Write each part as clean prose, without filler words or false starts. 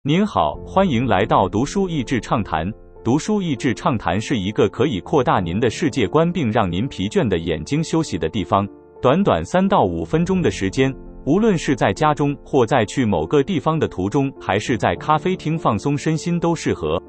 您好，欢迎来到读书益智畅谈。读书益智畅谈是一个可以扩大您的世界观并让您疲倦的眼睛休息的地方。短短3到5分钟的时间，无论是在家中或在去某个地方的途中，还是在咖啡厅放松身心都适合。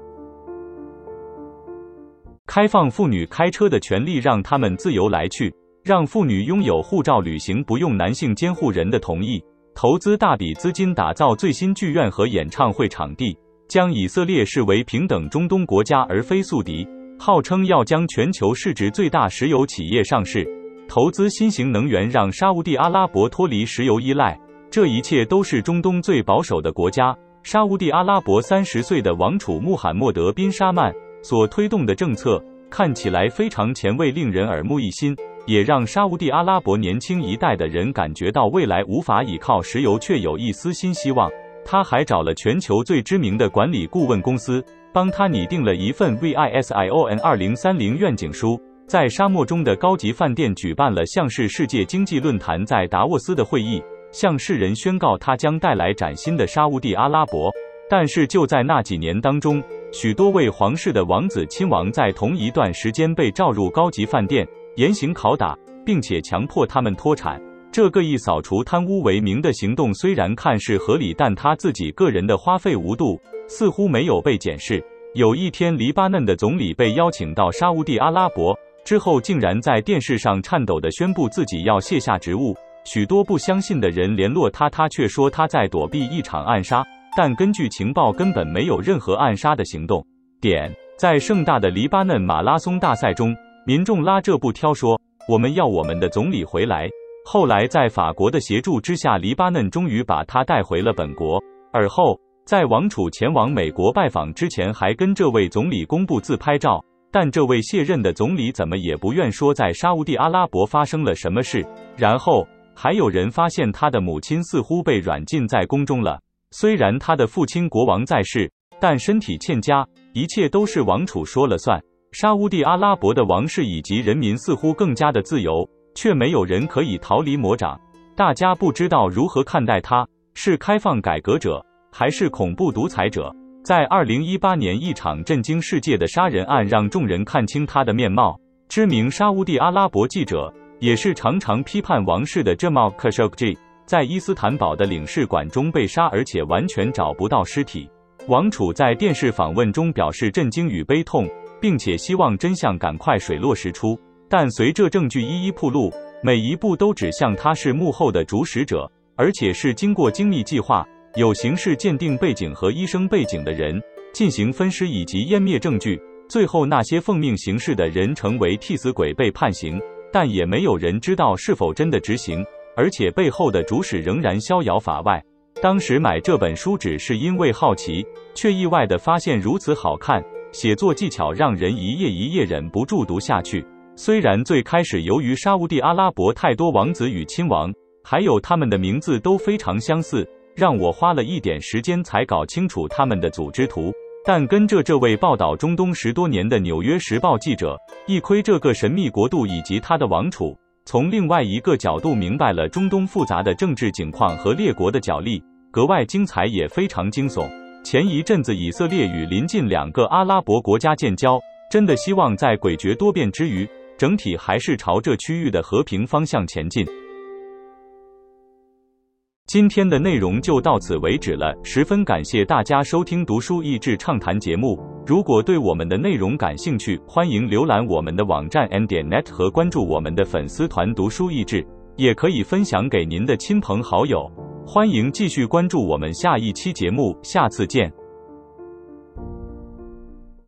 开放妇女开车的权利，让她们自由来去，让妇女拥有护照旅行不用男性监护人的同意。投资大笔资金打造最新剧院和演唱会场地，将以色列视为平等中东国家而非宿敌，号称要将全球市值最大石油企业上市，投资新型能源，让沙烏地阿拉伯脱离石油依赖。这一切都是中东最保守的国家沙烏地阿拉伯30岁的王储穆罕默德·宾·沙曼所推动的政策，看起来非常前卫，令人耳目一新，也让沙烏地阿拉伯年轻一代的人感觉到未来无法依靠石油，却有一丝新希望。他还找了全球最知名的管理顾问公司，帮他拟定了一份 VISION 2030愿景书。在沙漠中的高级饭店举办了像是世界经济论坛在达沃斯的会议，向世人宣告他将带来崭新的沙烏地阿拉伯。但是就在那几年当中，许多位皇室的王子亲王在同一段时间被召入高级饭店，严刑拷打，并且强迫他们脱产。这个以扫除贪污为名的行动虽然看似合理，但他自己个人的花费无度，似乎没有被检视。有一天，黎巴嫩的总理被邀请到沙烏地阿拉伯，之后竟然在电视上颤抖地宣布自己要卸下职务。许多不相信的人联络他，他却说他在躲避一场暗杀，但根据情报根本没有任何暗杀的行动。在盛大的黎巴嫩马拉松大赛中，民众拉这不挑说，我们要我们的总理回来。后来在法国的协助之下，黎巴嫩终于把他带回了本国。而后在王储前往美国拜访之前，还跟这位总理公布自拍照，但这位卸任的总理怎么也不愿说在沙烏地阿拉伯发生了什么事。然后还有人发现他的母亲似乎被软禁在宫中了，虽然他的父亲国王在世，但身体欠佳，一切都是王储说了算。沙烏地阿拉伯的王室以及人民似乎更加的自由，却没有人可以逃离魔掌。大家不知道如何看待他，是开放改革者，还是恐怖独裁者。在2018年，一场震惊世界的杀人案让众人看清他的面貌。知名沙烏地阿拉伯记者，也是常常批判王室的Jamal Khashoggi，在伊斯坦堡的领事馆中被杀，而且完全找不到尸体。王储在电视访问中表示震惊与悲痛，并且希望真相赶快水落石出。但随着证据一一暴露，每一步都指向他是幕后的主使者，而且是经过精密计划、有刑事鉴定背景和医生背景的人进行分尸以及湮灭证据。最后那些奉命行事的人成为替死鬼被判刑，但也没有人知道是否真的执行，而且背后的主使仍然逍遥法外。当时买这本书只是因为好奇，却意外地发现如此好看，写作技巧让人一页一页忍不住读下去。虽然最开始由于沙烏地阿拉伯太多王子与亲王，还有他们的名字都非常相似，让我花了一点时间才搞清楚他们的组织图。但跟着这位报道中东10多年的纽约时报记者，一窥这个神秘国度以及他的王储，从另外一个角度明白了中东复杂的政治景况和列国的角力，格外精彩也非常惊悚。前一阵子以色列与邻近2个阿拉伯国家建交，真的希望在诡谲多变之余，整体还是朝着区域的和平方向前进。今天的内容就到此为止了，十分感谢大家收听读书益智畅谈节目。如果对我们的内容感兴趣，欢迎浏览我们的网站 n.net 和关注我们的粉丝团读书益智，也可以分享给您的亲朋好友。欢迎继续关注我们下一期节目，下次见。